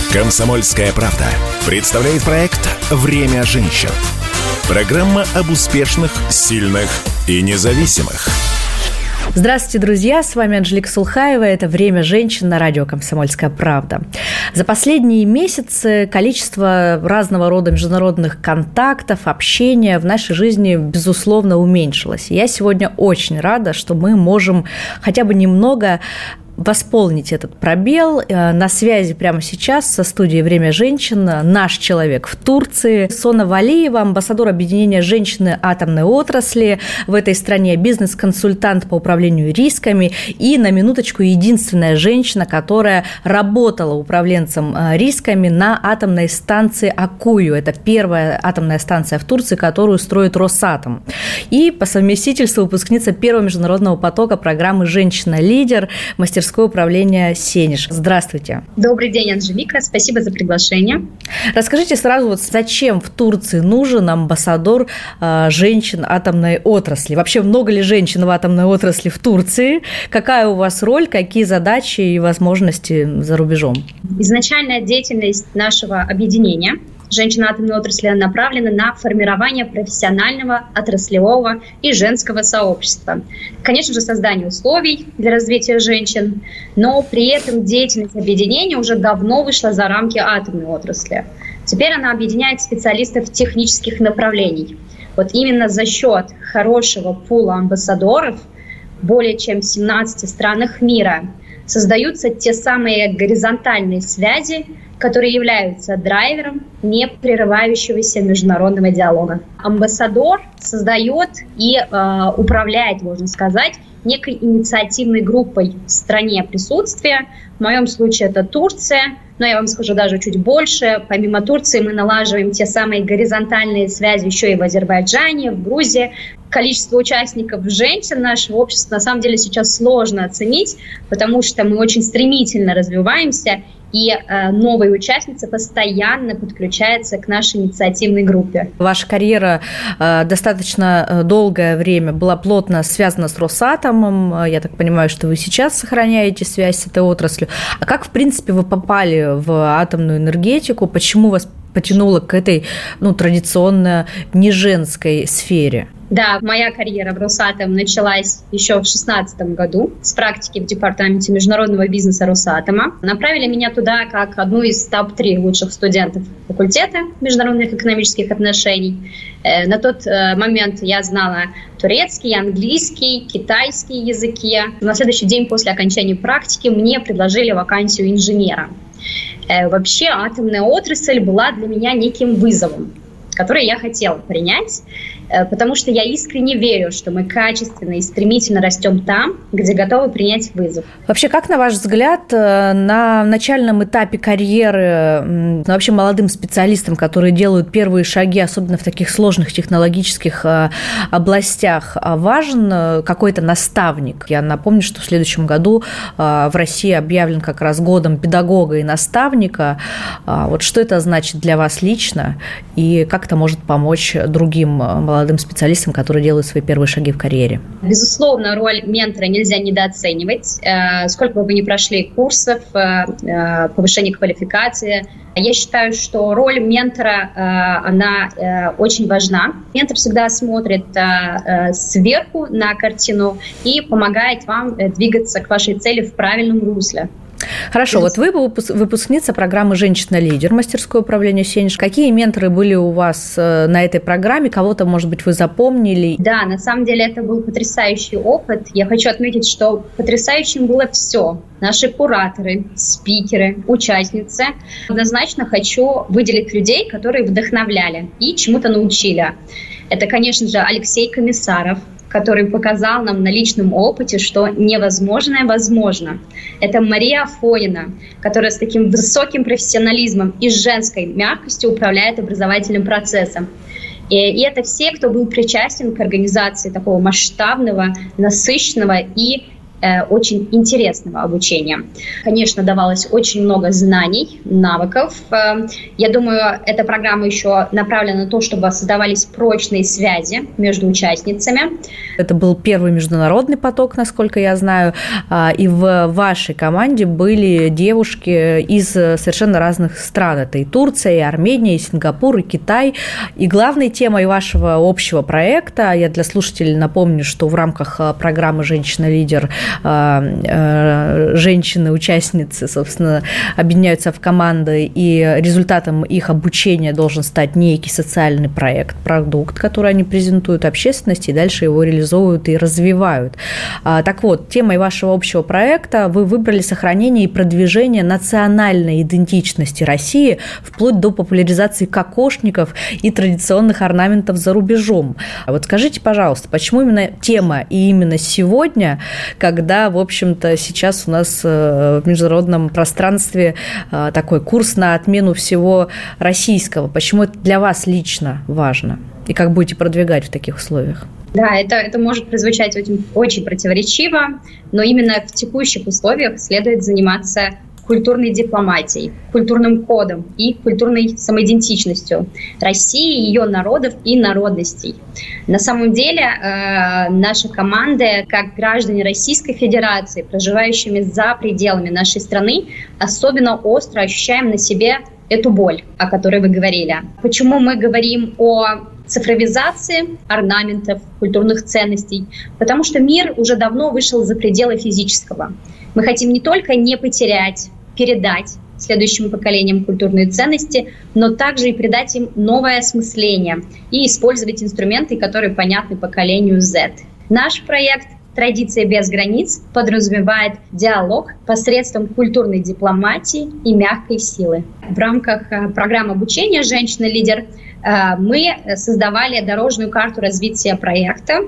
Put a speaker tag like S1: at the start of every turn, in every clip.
S1: «Комсомольская правда» представляет проект «Время женщин». Программа об успешных, сильных и независимых.
S2: Здравствуйте, друзья! С вами Анжелика Сулхаева. Это «Время женщин» на радио «Комсомольская правда». За последние месяцы количество разного рода международных контактов, общения в нашей жизни, безусловно, уменьшилось. Я сегодня очень рада, что мы можем хотя бы немного восполнить этот пробел. На связи прямо сейчас со студией «Время женщин» наш человек в Турции. Сона Валиева, амбассадор объединения «Женщины атомной отрасли» в этой стране, бизнес-консультант по управлению рисками и, на минуточку, единственная женщина, которая работала управленцем рисками на атомной станции Аккую. Это первая атомная станция в Турции, которую строит Росатом. И по совместительству выпускница первого международного потока программы «Женщина-лидер», мастерское управление «Сенеж». Здравствуйте.
S3: Добрый день, Анжелика. Спасибо за приглашение.
S2: Расскажите сразу, зачем в Турции нужен амбассадор женщин атомной отрасли? Вообще, много ли женщин в атомной отрасли в Турции? Какая у вас роль, какие задачи и возможности за рубежом?
S3: Изначальная деятельность нашего объединения «Женщины атомной отрасли» направлена на формирование профессионального, отраслевого и женского сообщества. Конечно же, создание условий для развития женщин, но при этом деятельность объединения уже давно вышла за рамки атомной отрасли. Теперь она объединяет специалистов технических направлений. Вот именно за счет хорошего пула амбассадоров более чем в 17 странах мира создаются те самые горизонтальные связи, которые являются драйвером непрерывающегося международного диалога. Амбассадор создает и управляет, можно сказать, некой инициативной группой в стране присутствия. В моем случае это Турция, но я вам скажу даже чуть больше. Помимо Турции мы налаживаем те самые горизонтальные связи еще и в Азербайджане, в Грузии. Количество участников женщин нашего общества на самом деле сейчас сложно оценить, потому что мы очень стремительно развиваемся, и новые участницы постоянно подключаются к нашей инициативной группе.
S2: Ваша карьера достаточно долгое время была плотно связана с Росатомом. Я так понимаю, что вы сейчас сохраняете связь с этой отраслью. А как, в принципе, вы попали в атомную энергетику? Почему вас потянуло к этой, традиционно не женской сфере?
S3: Да, моя карьера в Росатом началась еще в 2016 году с практики в департаменте международного бизнеса Росатома. Направили меня туда как одну из топ-3 лучших студентов факультета международных экономических отношений. На тот момент я знала турецкий, английский, китайский языки. На следующий день после окончания практики мне предложили вакансию инженера. Вообще атомная отрасль была для меня неким вызовом, который я хотела принять, потому что я искренне верю, что мы качественно и стремительно растем там, где готовы принять вызов.
S2: Вообще, как, на ваш взгляд, на начальном этапе карьеры, вообще молодым специалистам, которые делают первые шаги, особенно в таких сложных технологических областях, важен какой-то наставник? Я напомню, что в следующем году в России объявлен как раз годом педагога и наставника. Вот что это значит для вас лично и как это может помочь другим молодым специалистам, которые делают свои первые шаги в карьере?
S3: Безусловно, роль ментора нельзя недооценивать. Сколько бы вы ни прошли курсов, повышения квалификации, я считаю, что роль ментора, она очень важна. Ментор всегда смотрит сверху на картину и помогает вам двигаться к вашей цели в правильном русле.
S2: Хорошо, вот вы выпускница программы «Женщина-лидер», мастерское управление «Сенеж». Какие менторы были у вас на этой программе? Кого-то, может быть, вы запомнили?
S3: Да, на самом деле это был потрясающий опыт. Я хочу отметить, что потрясающим было все. Наши кураторы, спикеры, участницы. Однозначно хочу выделить людей, которые вдохновляли и чему-то научили. Это, конечно же, Алексей Комиссаров, который показал нам на личном опыте, что невозможное возможно. Это Мария Афонина, которая с таким высоким профессионализмом и женской мягкостью управляет образовательным процессом. И это все, кто был причастен к организации такого масштабного, насыщенного и очень интересного обучения. Конечно, давалось очень много знаний, навыков. Я думаю, эта программа еще направлена на то, чтобы создавались прочные связи между участницами.
S2: Это был первый международный поток, насколько я знаю, и в вашей команде были девушки из совершенно разных стран. Это и Турция, и Армения, и Сингапур, и Китай. И главной темой вашего общего проекта, я для слушателей напомню, что в рамках программы «Женщина-лидер» женщины-участницы, собственно, объединяются в команды, и результатом их обучения должен стать некий социальный проект, продукт, который они презентуют общественности, и дальше его реализовывают и развивают. Так вот, темой вашего общего проекта вы выбрали сохранение и продвижение национальной идентичности России вплоть до популяризации кокошников и традиционных орнаментов за рубежом. Вот скажите, пожалуйста, почему именно тема и именно сегодня, когда, в общем-то, сейчас у нас в международном пространстве такой курс на отмену всего российского? Почему это для вас лично важно? И как будете продвигать в таких условиях?
S3: Да, это может прозвучать очень противоречиво, но именно в текущих условиях следует заниматься культурной дипломатией, культурным кодом и культурной самоидентичностью России, ее народов и народностей. На самом деле наша команда, как граждане Российской Федерации, проживающими за пределами нашей страны, особенно остро ощущаем на себе эту боль, о которой вы говорили. Почему мы говорим о цифровизации орнаментов, культурных ценностей? Потому что мир уже давно вышел за пределы физического. Мы хотим не только не потерять, передать следующим поколениям культурные ценности, но также и придать им новое осмысление и использовать инструменты, которые понятны поколению Z. Наш проект «Традиция без границ» подразумевает диалог посредством культурной дипломатии и мягкой силы. В рамках программы обучения «Женщина-лидер» мы создавали дорожную карту развития проекта.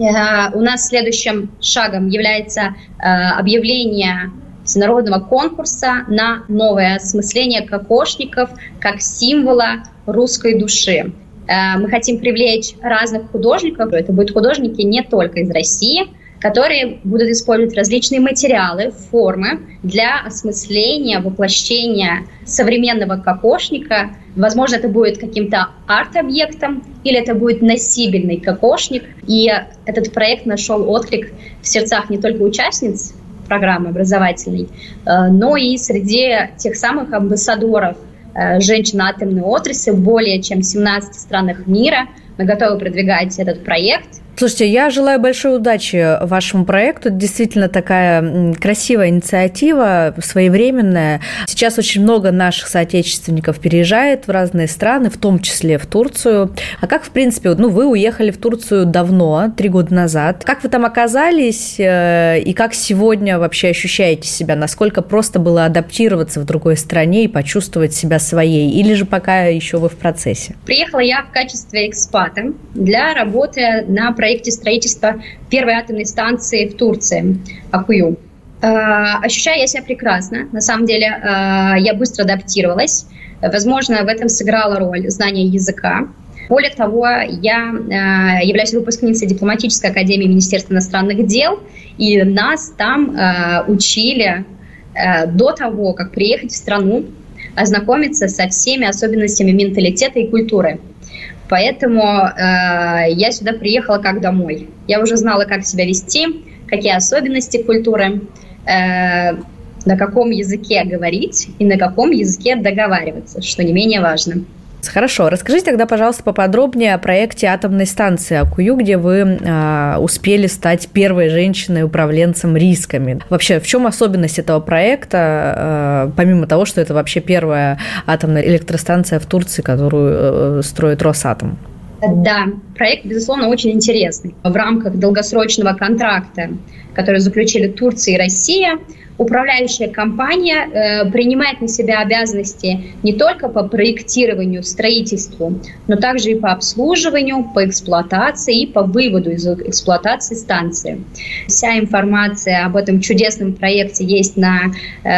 S3: У нас следующим шагом является объявление всенародного конкурса на новое осмысление кокошников как символа русской души. Мы хотим привлечь разных художников. Это будут художники не только из России, которые будут использовать различные материалы, формы для осмысления, воплощения современного кокошника. Возможно, это будет каким-то арт-объектом или это будет носибельный кокошник. И этот проект нашел отклик в сердцах не только участниц программы образовательной, но и среди тех самых амбассадоров женщин атомной отрасли в более чем 17 странах мира. Мы готовы продвигать этот проект.
S2: Слушайте, я желаю большой удачи вашему проекту. Это действительно такая красивая инициатива, своевременная. Сейчас очень много наших соотечественников переезжает в разные страны, в том числе в Турцию. А как, в принципе, вы уехали в Турцию давно, 3 года назад. Как вы там оказались и как сегодня вообще ощущаете себя? Насколько просто было адаптироваться в другой стране и почувствовать себя своей? Или же пока еще вы в процессе?
S3: Приехала я в качестве экспата для работы на проекте строительства первой атомной станции в Турции, Акую. Ощущаю я себя прекрасно. На самом деле я быстро адаптировалась. Возможно, в этом сыграла роль знание языка. Более того, я являюсь выпускницей дипломатической академии Министерства иностранных дел, и нас там учили до того, как приехать в страну, ознакомиться со всеми особенностями менталитета и культуры. Поэтому я сюда приехала как домой. Я уже знала, как себя вести, какие особенности культуры, на каком языке говорить и на каком языке договариваться, что не менее важно.
S2: Хорошо. Расскажите тогда, пожалуйста, поподробнее о проекте атомной станции Акую, где вы успели стать первой женщиной-управленцем рисками. Вообще, в чем особенность этого проекта, помимо того, что это вообще первая атомная электростанция в Турции, которую строит Росатом?
S3: Да, проект, безусловно, очень интересный. В рамках долгосрочного контракта, который заключили Турция и Россия, управляющая компания принимает на себя обязанности не только по проектированию, строительству, но также и по обслуживанию, по эксплуатации и по выводу из эксплуатации станции. Вся информация об этом чудесном проекте есть на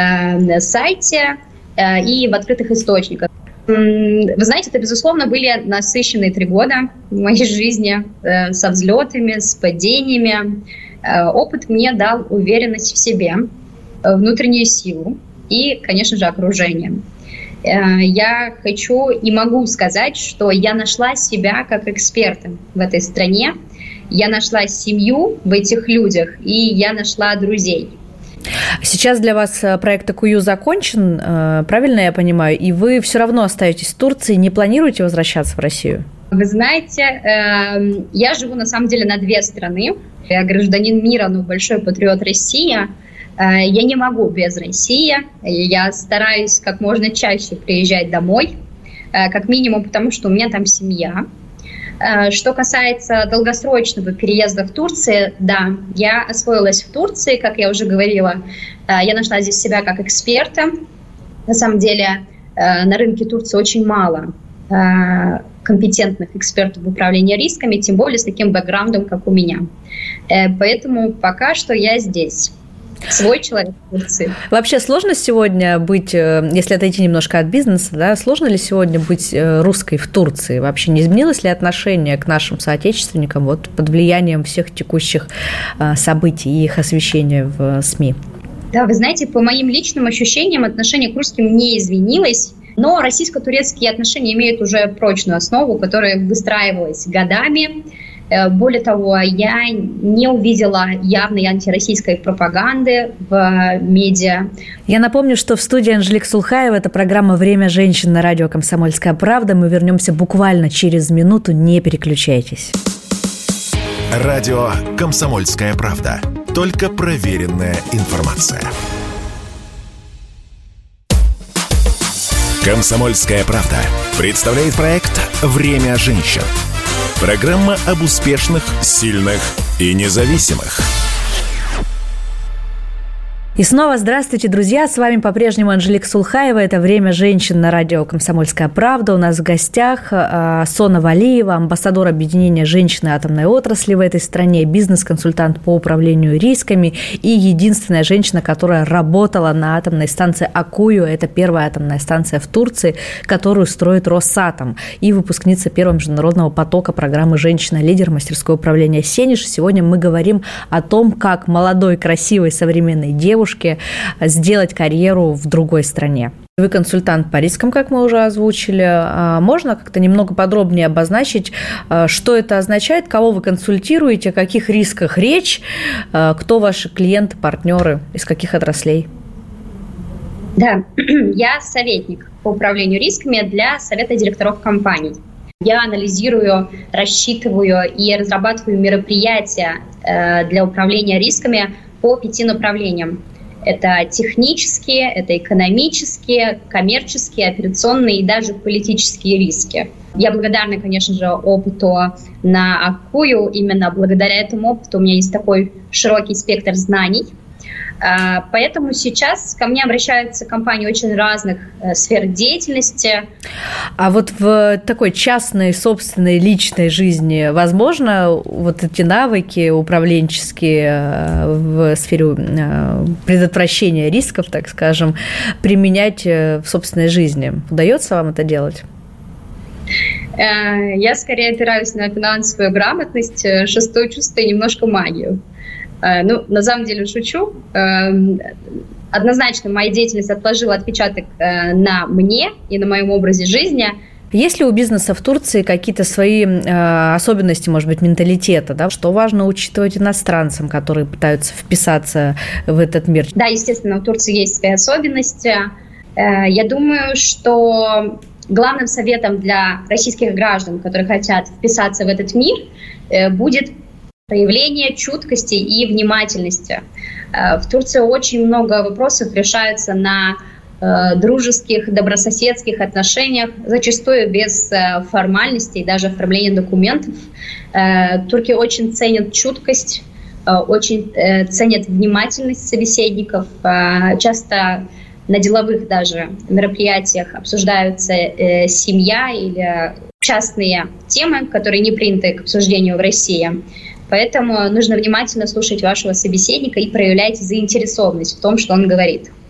S3: сайте и в открытых источниках. Вы знаете, это, безусловно, были насыщенные 3 года в моей жизни со взлетами, с падениями. Опыт мне дал уверенность в себе, внутреннюю силу и, конечно же, окружение. Я хочу и могу сказать, что я нашла себя как эксперта в этой стране, я нашла семью в этих людях, и я нашла друзей.
S2: Сейчас для вас проект АКУЮ закончен, правильно я понимаю, и вы все равно остаетесь в Турции, не планируете возвращаться в Россию?
S3: Вы знаете, я живу на самом деле на 2 страны. Я гражданин мира, но большой патриот России. Я не могу без России. Я стараюсь как можно чаще приезжать домой, как минимум потому, что у меня там семья. Что касается долгосрочного переезда в Турцию, да, я освоилась в Турции, как я уже говорила. Я нашла здесь себя как эксперта. На самом деле на рынке Турции очень мало компетентных экспертов в управлении рисками, тем более с таким бэкграундом, как у меня. Поэтому пока что я здесь. Свой человек в Турции.
S2: Вообще сложно сегодня быть, если отойти немножко от бизнеса, да, сложно ли сегодня быть русской в Турции? Вообще не изменилось ли отношение к нашим соотечественникам вот, под влиянием всех текущих событий и их освещения в СМИ?
S3: Да, вы знаете, по моим личным ощущениям отношение к русским не изменилось, но российско-турецкие отношения имеют уже прочную основу, которая выстраивалась годами. Более того, я не увидела явной антироссийской пропаганды в медиа.
S2: Я напомню, что в студии Анжелика Сулхаева. Это программа «Время женщин» на радио «Комсомольская правда». Мы вернемся буквально через минуту. Не переключайтесь.
S1: Радио «Комсомольская правда». Только проверенная информация. «Комсомольская правда» представляет проект «Время женщин». Программа об успешных, сильных и независимых.
S2: И снова здравствуйте, друзья! С вами по-прежнему Анжелика Сулхаева. Это «Время женщин» на радио «Комсомольская правда». У нас в гостях Сона Валиева, амбассадор объединения женщин атомной отрасли в этой стране, бизнес-консультант по управлению рисками и единственная женщина, которая работала на атомной станции АКУЮ. Это первая атомная станция в Турции, которую строит Росатом, и выпускница первого международного потока программы «Женщина-лидер» мастерское управление «Сенеж». Сегодня мы говорим о том, как молодой, красивой, современной девушке сделать карьеру в другой стране. Вы консультант по рискам, как мы уже озвучили. Можно как-то немного подробнее обозначить, что это означает, кого вы консультируете, о каких рисках речь, кто ваши клиенты, партнеры, из каких отраслей?
S3: Да, я советник по управлению рисками для совета директоров компаний. Я анализирую, рассчитываю и разрабатываю мероприятия для управления рисками по 5 направлениям. Это технические, это экономические, коммерческие, операционные и даже политические риски. Я благодарна, конечно же, опыту на АКУЮ. Именно благодаря этому опыту у меня есть такой широкий спектр знаний. Поэтому сейчас ко мне обращаются компании очень разных сфер деятельности.
S2: А вот в такой частной, собственной, личной жизни возможно вот эти навыки управленческие в сфере предотвращения рисков, так скажем, применять в собственной жизни? Удается вам это делать?
S3: Я скорее опираюсь на финансовую грамотность, 6-е чувство и немножко магию. Ну, на самом деле шучу. Однозначно моя деятельность отложила отпечаток на мне и на моем образе жизни.
S2: Есть ли у бизнеса в Турции какие-то свои особенности, может быть, менталитета, да? Что важно учитывать иностранцам, которые пытаются вписаться в этот мир?
S3: Да, естественно, у Турции есть свои особенности. Я думаю, что главным советом для российских граждан, которые хотят вписаться в этот мир, будет проявление чуткости и внимательности. В Турции очень много вопросов решаются на дружеских, добрососедских отношениях, зачастую без формальностей, даже оформления документов. Турки очень ценят чуткость, очень ценят внимательность собеседников. Часто на деловых даже мероприятиях обсуждаются семья или частные темы, которые не приняты к обсуждению в России. Поэтому нужно внимательно слушать вашего собеседника и проявлять заинтересованность в том, что он говорит.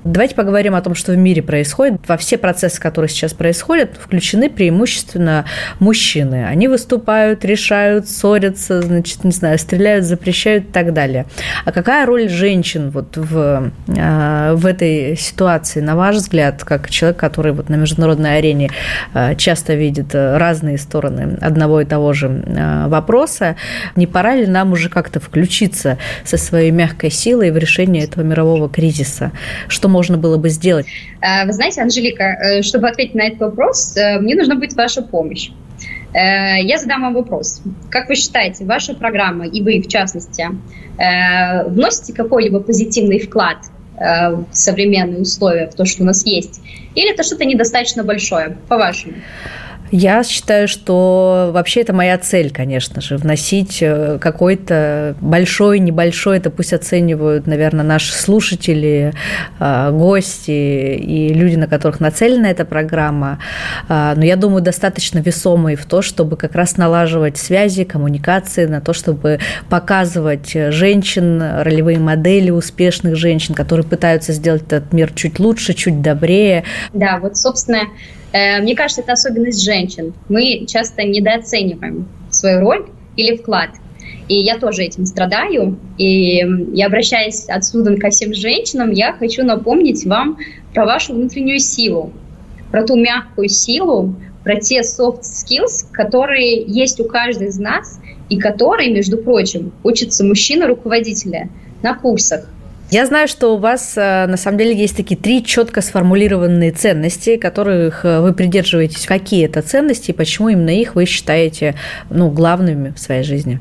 S2: Давайте поговорим о том, что в мире происходит. Во все процессы, которые сейчас происходят, включены преимущественно мужчины. Они выступают, решают, ссорятся, стреляют, запрещают и так далее. А какая роль женщин в этой ситуации, на ваш взгляд, как человек, который на международной арене часто видит разные стороны одного и того же вопроса, не пора ли нам уже как-то включиться со своей мягкой силой в решение этого мирового кризиса? Что можно было бы сделать?
S3: Вы знаете, Анжелика, чтобы ответить на этот вопрос, мне нужна будет ваша помощь. Я задам вам вопрос. Как вы считаете, ваша программа, и вы в частности, вносите какой-либо позитивный вклад в современные условия, в то, что у нас есть? Или это что-то недостаточно большое, по-вашему?
S2: Я считаю, что вообще это моя цель, конечно же, вносить какой-то большой, небольшой, это пусть оценивают, наверное, наши слушатели, гости и люди, на которых нацелена эта программа. Но я думаю, достаточно весомой в то, чтобы как раз налаживать связи, коммуникации, на то, чтобы показывать женщин, ролевые модели успешных женщин, которые пытаются сделать этот мир чуть лучше, чуть добрее.
S3: Да, собственно, мне кажется, это особенность женщин. Мы часто недооцениваем свою роль или вклад. И я тоже этим страдаю. И я обращаюсь отсюда ко всем женщинам, я хочу напомнить вам про вашу внутреннюю силу, про ту мягкую силу, про те soft skills, которые есть у каждой из нас, и которые, между прочим, учатся мужчины-руководители на курсах.
S2: Я знаю, что у вас, на самом деле, есть такие 3 четко сформулированные ценности, которых вы придерживаетесь. Какие это ценности и почему именно их вы считаете главными в своей жизни?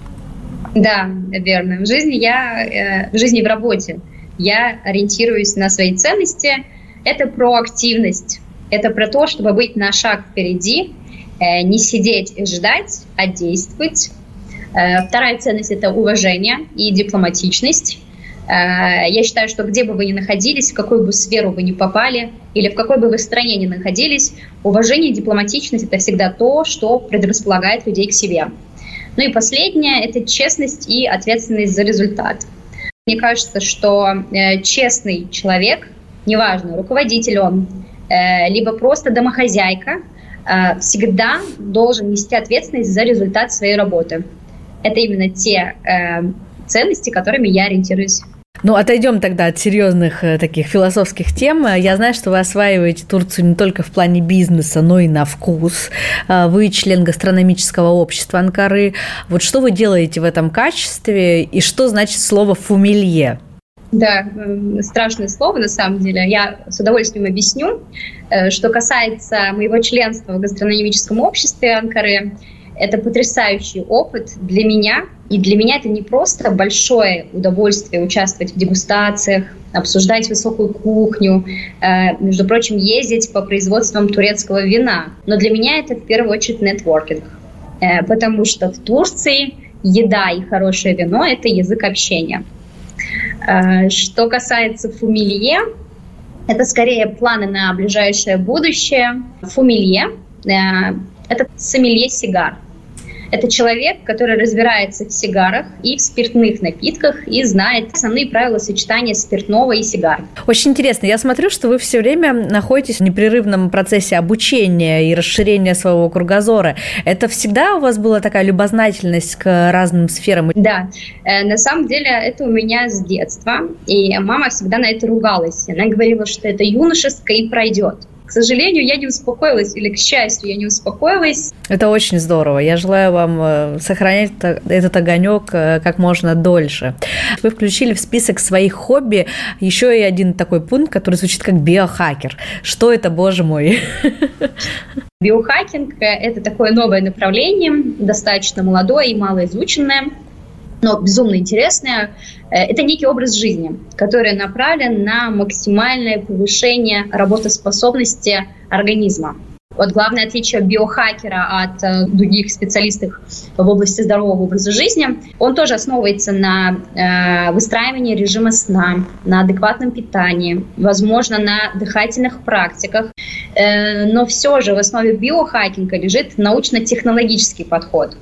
S3: Да, верно. В жизни и в работе я ориентируюсь на свои ценности. Это проактивность. Это про то, чтобы быть на шаг впереди, не сидеть и ждать, а действовать. Вторая ценность – это уважение и дипломатичность. Я считаю, что где бы вы ни находились, в какую бы сферу вы ни попали, или в какой бы вы стране ни находились, уважение и дипломатичность – это всегда то, что предрасполагает людей к себе. Ну и последнее – это честность и ответственность за результат. Мне кажется, что честный человек, неважно, руководитель он, либо просто домохозяйка, всегда должен нести ответственность за результат своей работы. Это именно те ценности, которыми я ориентируюсь.
S2: Отойдем тогда от серьезных таких философских тем. Я знаю, что вы осваиваете Турцию не только в плане бизнеса, но и на вкус. Вы член гастрономического общества Анкары. Что вы делаете в этом качестве и что значит слово «фумилье»?
S3: Да, страшное слово на самом деле. Я с удовольствием объясню. Что касается моего членства в гастрономическом обществе Анкары, это потрясающий опыт для меня. И для меня это не просто большое удовольствие участвовать в дегустациях, обсуждать высокую кухню, между прочим, ездить по производствам турецкого вина. Но для меня это в первую очередь нетворкинг. Потому что в Турции еда и хорошее вино – это язык общения. Что касается фумилье, это скорее планы на ближайшее будущее. Фумилье – это сомелье сигар. Это человек, который разбирается в сигарах и в спиртных напитках и знает основные правила сочетания спиртного и сигар.
S2: Очень интересно. Я смотрю, что вы все время находитесь в непрерывном процессе обучения и расширения своего кругозора. Это всегда у вас была такая любознательность к разным сферам?
S3: Да. На самом деле это у меня с детства. И мама всегда на это ругалась. Она говорила, что это юношеское и пройдет. К сожалению, я не успокоилась, или, к счастью, я не успокоилась.
S2: Это очень здорово. Я желаю вам сохранять этот огонек как можно дольше. Вы включили в список своих хобби еще и один такой пункт, который звучит как биохакер. Что это, боже мой?
S3: Биохакинг – это такое новое направление, достаточно молодое и малоизученное, но безумно интересное. Это некий образ жизни, который направлен на максимальное повышение работоспособности организма. Главное отличие биохакера от других специалистов в области здорового образа жизни, он тоже основывается на выстраивании режима сна, на адекватном питании, возможно, на дыхательных практиках. Но все же в основе биохакинга лежит научно-технологический подход.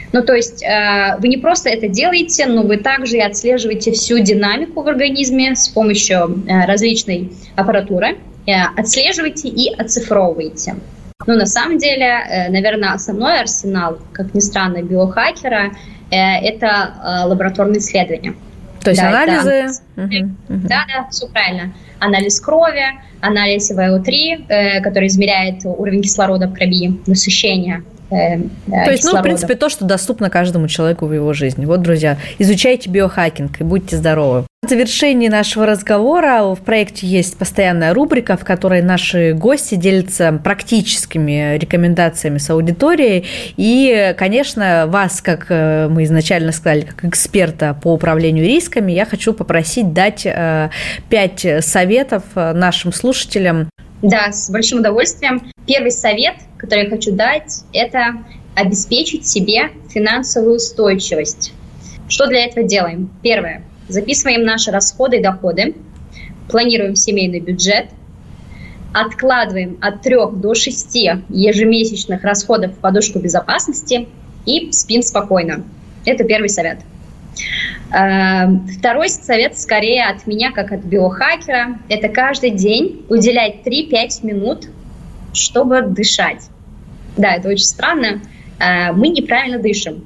S3: Ну, то есть вы не просто это делаете, но вы также и отслеживаете всю динамику в организме с помощью различной аппаратуры, отслеживаете и оцифровываете. Ну, на самом деле, наверное, основной арсенал, как ни странно, биохакера – это лабораторные исследования.
S2: То есть анализы?
S3: Да, все правильно. Анализ крови, анализ ВО3, который измеряет уровень кислорода в крови, насыщение.
S2: То есть, в принципе, то, что доступно каждому человеку в его жизни. Вот, друзья, изучайте биохакинг и будьте здоровы. В завершении нашего разговора в проекте есть постоянная рубрика, в которой наши гости делятся практическими рекомендациями с аудиторией. И, конечно, вас, как мы изначально сказали, как эксперта по управлению рисками, я хочу попросить дать 5 советов нашим слушателям.
S3: Да, с большим удовольствием. Первый совет, который я хочу дать, это обеспечить себе финансовую устойчивость. Что для этого делаем? Первое. Записываем наши расходы и доходы, планируем семейный бюджет, откладываем от 3 до 6 ежемесячных расходов в подушку безопасности и спим спокойно. Это первый совет. Второй совет, скорее от меня, как от биохакера, это каждый день уделять 3-5 минут, чтобы дышать. Да, это очень странно. Мы неправильно дышим.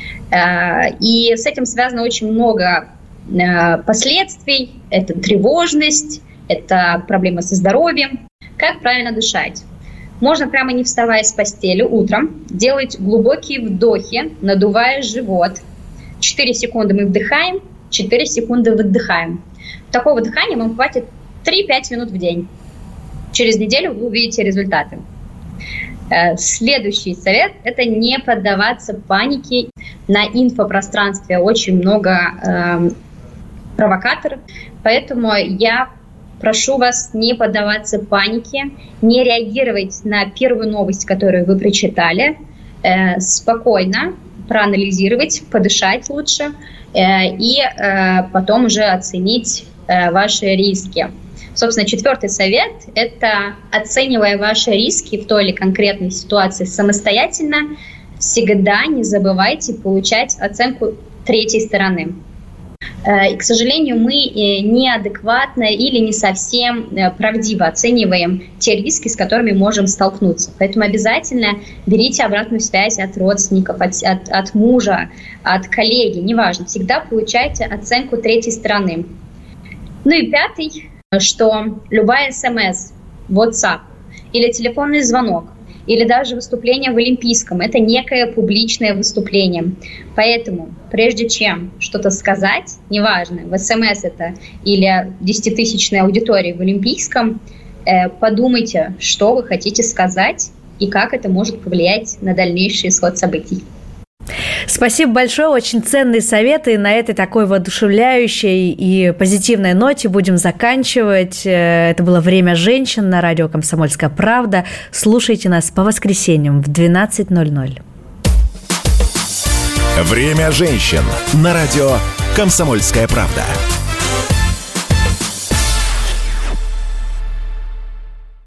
S3: И с этим связано очень много последствий. Это тревожность, это проблемы со здоровьем. Как правильно дышать? Можно прямо не вставая с постели утром делать глубокие вдохи, надувая живот. 4 секунды мы вдыхаем, 4 секунды выдыхаем. Такого дыхания вам хватит 3-5 минут в день. Через неделю вы увидите результаты. Следующий совет – это не поддаваться панике. На инфопространстве очень много провокаторов, поэтому я прошу вас не поддаваться панике, не реагировать на первую новость, которую вы прочитали, спокойно проанализировать, подышать лучше и потом уже оценить ваши риски. Собственно, 4-й совет – это, оценивая ваши риски в той или конкретной ситуации самостоятельно, всегда не забывайте получать оценку третьей стороны. И, к сожалению, мы неадекватно или не совсем правдиво оцениваем те риски, с которыми можем столкнуться. Поэтому обязательно берите обратную связь от родственников, от мужа, от коллеги, неважно. Всегда получайте оценку третьей стороны. Ну и 5-й, что любая СМС, WhatsApp или телефонный звонок, или даже выступление в Олимпийском – это некое публичное выступление. Поэтому, прежде чем что-то сказать, неважно, в СМС это или 10-тысячной аудитории в Олимпийском, подумайте, что вы хотите сказать и как это может повлиять на дальнейший исход событий.
S2: Спасибо большое, очень ценные советы. На этой такой воодушевляющей и позитивной ноте будем заканчивать. Это было «Время женщин» на радио «Комсомольская правда». Слушайте нас по воскресеньям в 12:00.
S1: «Время женщин» на радио «Комсомольская правда».